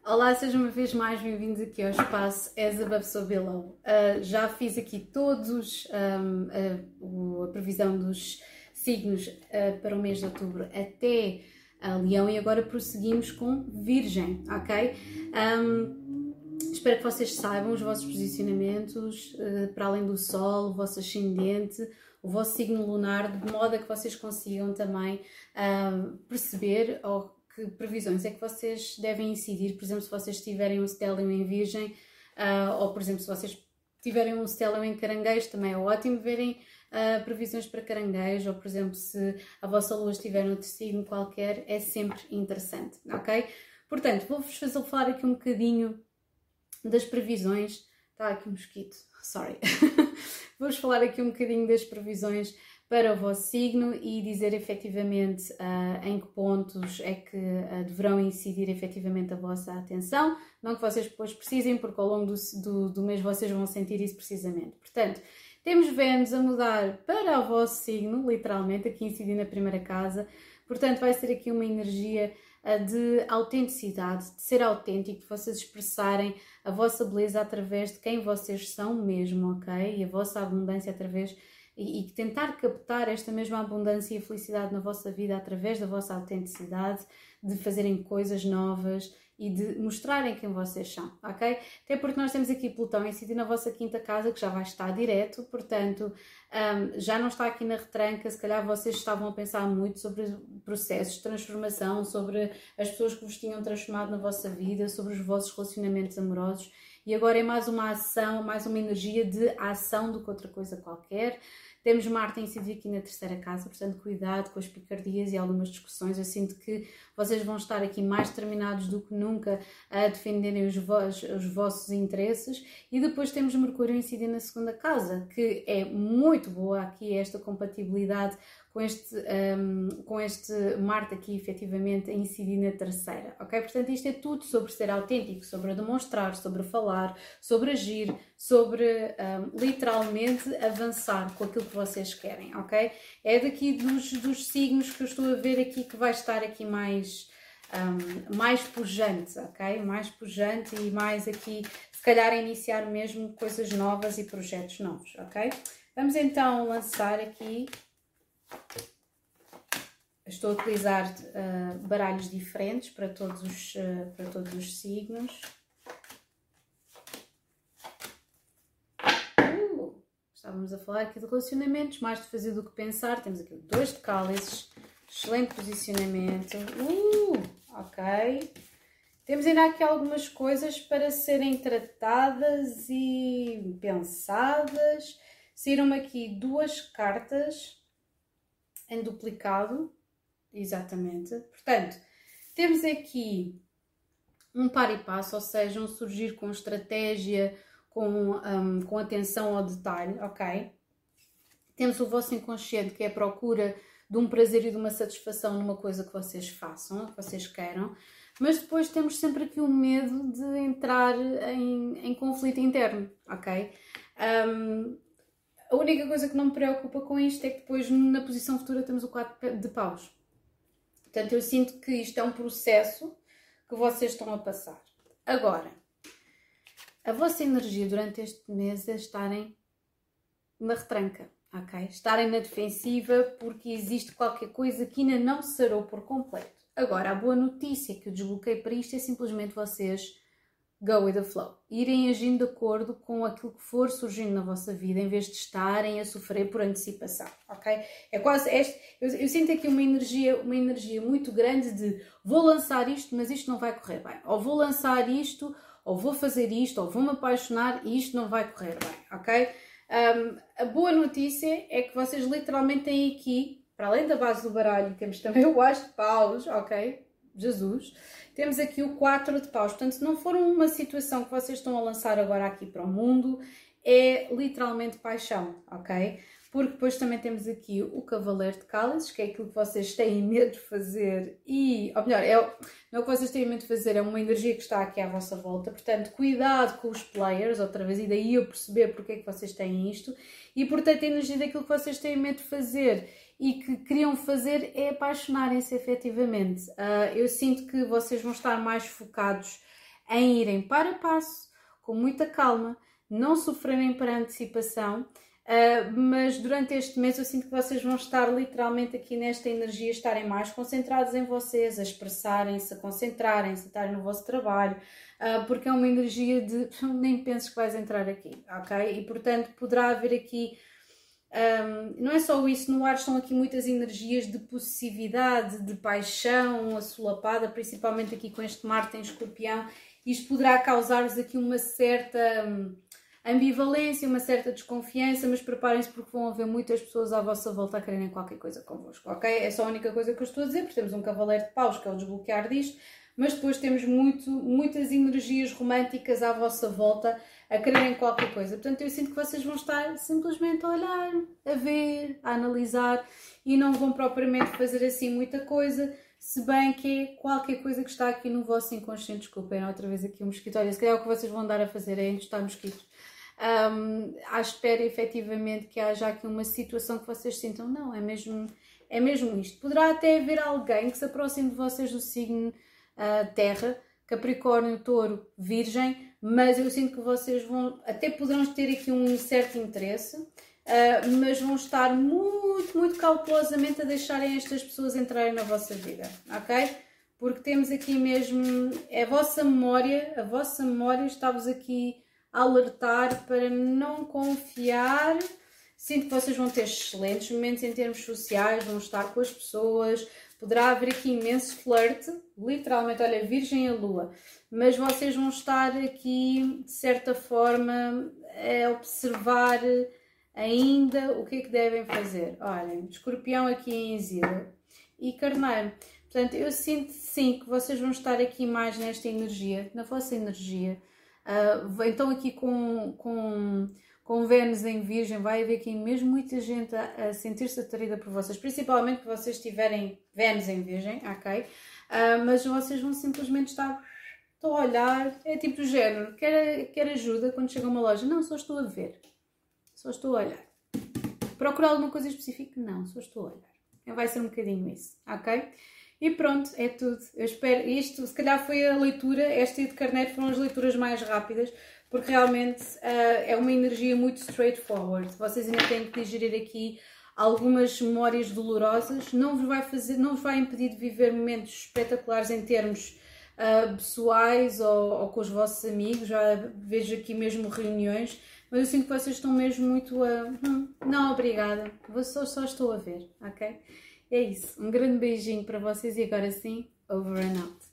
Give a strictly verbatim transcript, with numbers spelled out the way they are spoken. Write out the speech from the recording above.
Olá, sejam uma vez mais bem-vindos aqui ao espaço As Above So Below. Uh, já fiz aqui todos um, a, a previsão dos signos uh, para o mês de outubro até uh, Leão e agora prosseguimos com Virgem, ok? Um, espero que vocês saibam os vossos posicionamentos uh, para além do Sol, o vosso ascendente, o vosso signo lunar, de modo a que vocês consigam também uh, perceber ou que previsões é que vocês devem incidir. Por exemplo, se vocês tiverem um stellium em Virgem, uh, ou por exemplo, se vocês tiverem um stellium em Caranguejo, também é ótimo verem uh, previsões para Caranguejo, ou por exemplo, se a vossa lua estiver noutro signo qualquer, é sempre interessante, ok? Portanto, vou-vos fazer falar aqui um bocadinho das previsões. Está aqui um mosquito, sorry. Vou-vos falar aqui um bocadinho das previsões para o vosso signo e dizer efetivamente uh, em que pontos é que uh, deverão incidir efetivamente a vossa atenção, não que vocês depois precisem, porque ao longo do, do, do mês vocês vão sentir isso precisamente. Portanto, temos Vênus a mudar para o vosso signo, literalmente, aqui incidir na primeira casa, portanto vai ser aqui uma energia uh, de autenticidade, de ser autêntico, de vocês expressarem a vossa beleza através de quem vocês são mesmo, ok? E a vossa abundância através e tentar captar esta mesma abundância e felicidade na vossa vida através da vossa autenticidade, de fazerem coisas novas e de mostrarem quem vocês são, ok? Até porque nós temos aqui Plutão incidir na vossa quinta casa, que já vai estar direto, portanto, um, já não está aqui na retranca. Se calhar vocês estavam a pensar muito sobre processos de transformação, sobre as pessoas que vos tinham transformado na vossa vida, sobre os vossos relacionamentos amorosos, e agora é mais uma ação, mais uma energia de ação do que outra coisa qualquer. Temos Marte a incidir aqui na terceira casa, portanto cuidado com as picardias e algumas discussões. Eu sinto que vocês vão estar aqui mais determinados do que nunca a defenderem os, vos, os vossos interesses. E depois temos Mercúrio a incidir na segunda casa, que é muito boa aqui esta compatibilidade com este, um, com este Marte aqui efetivamente a incidir na terceira, ok? Portanto isto é tudo sobre ser autêntico, sobre demonstrar, sobre falar, sobre agir, sobre um, literalmente avançar com aquilo que vocês querem, ok? É daqui dos, dos signos que eu estou a ver aqui que vai estar aqui mais, um, mais pujante, ok? Mais pujante e mais aqui, se calhar, a iniciar mesmo coisas novas e projetos novos, ok? Vamos então lançar aqui. Estou a utilizar uh, baralhos diferentes para todos os, uh, para todos os signos. Uh, estávamos a falar aqui de relacionamentos, mais de fazer do que pensar. Temos aqui o dois de cálices, excelente posicionamento. Uh, ok. Temos ainda aqui algumas coisas para serem tratadas e pensadas. Saíram aqui duas cartas em duplicado, exatamente. Portanto, temos aqui um par e passo, ou seja, um surgir com estratégia, com, um, com atenção ao detalhe, ok? Temos o vosso inconsciente, que é a procura de um prazer e de uma satisfação numa coisa que vocês façam, que vocês queiram. Mas depois temos sempre aqui o medo de entrar em, em conflito interno, ok? Um, A única coisa que não me preocupa com isto é que depois na posição futura temos o quatro de paus. Portanto, eu sinto que isto é um processo que vocês estão a passar. Agora, a vossa energia durante este mês é estarem na retranca, ok? Estarem na defensiva porque existe qualquer coisa que ainda não sarou por completo. Agora, a boa notícia que eu desbloqueei para isto é simplesmente vocês go with the flow. Irem agindo de acordo com aquilo que for surgindo na vossa vida, em vez de estarem a sofrer por antecipação, ok? É quase este, eu, eu sinto aqui uma energia, uma energia muito grande de vou lançar isto, mas isto não vai correr bem. Ou vou lançar isto, ou vou fazer isto, ou vou me apaixonar e isto não vai correr bem, ok? Um, a boa notícia é que vocês literalmente têm aqui, para além da base do baralho, temos também o as de paus, ok? Jesus. Temos aqui o quatro de paus. Portanto, se não for uma situação que vocês estão a lançar agora aqui para o mundo, é literalmente paixão, ok? Porque depois também temos aqui o cavaleiro de cálices, que é aquilo que vocês têm medo de fazer e, ou melhor, é, não é o que vocês têm medo de fazer, é uma energia que está aqui à vossa volta. Portanto, cuidado com os players, outra vez, e daí eu perceber porque é que vocês têm isto. E, portanto, a energia daquilo que vocês têm medo de fazer e que queriam fazer é apaixonarem-se efetivamente. Uh, eu sinto que vocês vão estar mais focados em irem para passo, com muita calma, não sofrerem por antecipação, uh, mas durante este mês eu sinto que vocês vão estar literalmente aqui nesta energia, estarem mais concentrados em vocês, a expressarem-se, a concentrarem-se, a estarem no vosso trabalho, uh, porque é uma energia de nem penses que vais entrar aqui, ok? E portanto poderá haver aqui, um, não é só isso, no ar estão aqui muitas energias de possessividade, de paixão assolapada, principalmente aqui com este Marte em Escorpião. Isto poderá causar-vos aqui uma certa hum, ambivalência, uma certa desconfiança, mas preparem-se porque vão haver muitas pessoas à vossa volta a quererem qualquer coisa convosco, ok? É só a única coisa que eu estou a dizer, porque temos um cavaleiro de paus, que é o desbloquear disto, mas depois temos muito, muitas energias românticas à vossa volta a quererem qualquer coisa. Portanto, eu sinto que vocês vão estar simplesmente a olhar, a ver, a analisar e não vão propriamente fazer assim muita coisa, se bem que é qualquer coisa que está aqui no vosso inconsciente. Desculpem, outra vez aqui um mosquito. Olha, se calhar o que vocês vão andar a fazer é encostar mosquitos. Um, à espera efetivamente que haja aqui uma situação que vocês sintam, não, é mesmo, é mesmo isto. Poderá até haver alguém que se aproxime de vocês do signo uh, Terra, Capricórnio, Touro, Virgem, mas eu sinto que vocês vão, até poderão ter aqui um certo interesse, uh, mas vão estar muito, muito cautelosamente a deixarem estas pessoas entrarem na vossa vida, ok? Porque temos aqui mesmo, é a vossa memória, a vossa memória está-vos aqui a alertar para não confiar. Sinto que vocês vão ter excelentes momentos em termos sociais, vão estar com as pessoas, poderá haver aqui imenso flerte, literalmente, olha, Virgem a Lua, mas vocês vão estar aqui, de certa forma, a observar ainda o que é que devem fazer. Olhem, Escorpião aqui em exílio e Carneiro. Portanto, eu sinto sim que vocês vão estar aqui mais nesta energia, na vossa energia. Uh, então aqui com, com, com Vênus em Virgem vai haver aqui mesmo muita gente a, a sentir-se atraída por vocês, principalmente que vocês tiverem Vênus em Virgem, ok? Uh, mas vocês vão simplesmente estar, estou a olhar, é tipo do género, quer, quer ajuda quando chega a uma loja? Não, só estou a ver, só estou a olhar. Procurar alguma coisa específica? Não, só estou a olhar. Vai ser um bocadinho isso, ok? E pronto, é tudo. Eu espero, isto se calhar foi a leitura, esta e de Carneiro foram as leituras mais rápidas, porque realmente uh, é uma energia muito straightforward. Vocês ainda têm que digerir aqui algumas memórias dolorosas, não vos vai fazer, não vos vai impedir de viver momentos espetaculares em termos uh, pessoais ou, ou com os vossos amigos, já vejo aqui mesmo reuniões, mas eu sinto que vocês estão mesmo muito a... Hum, não, obrigada, eu só, só estou a ver, ok? É isso, um grande beijinho para vocês e agora sim, over and out.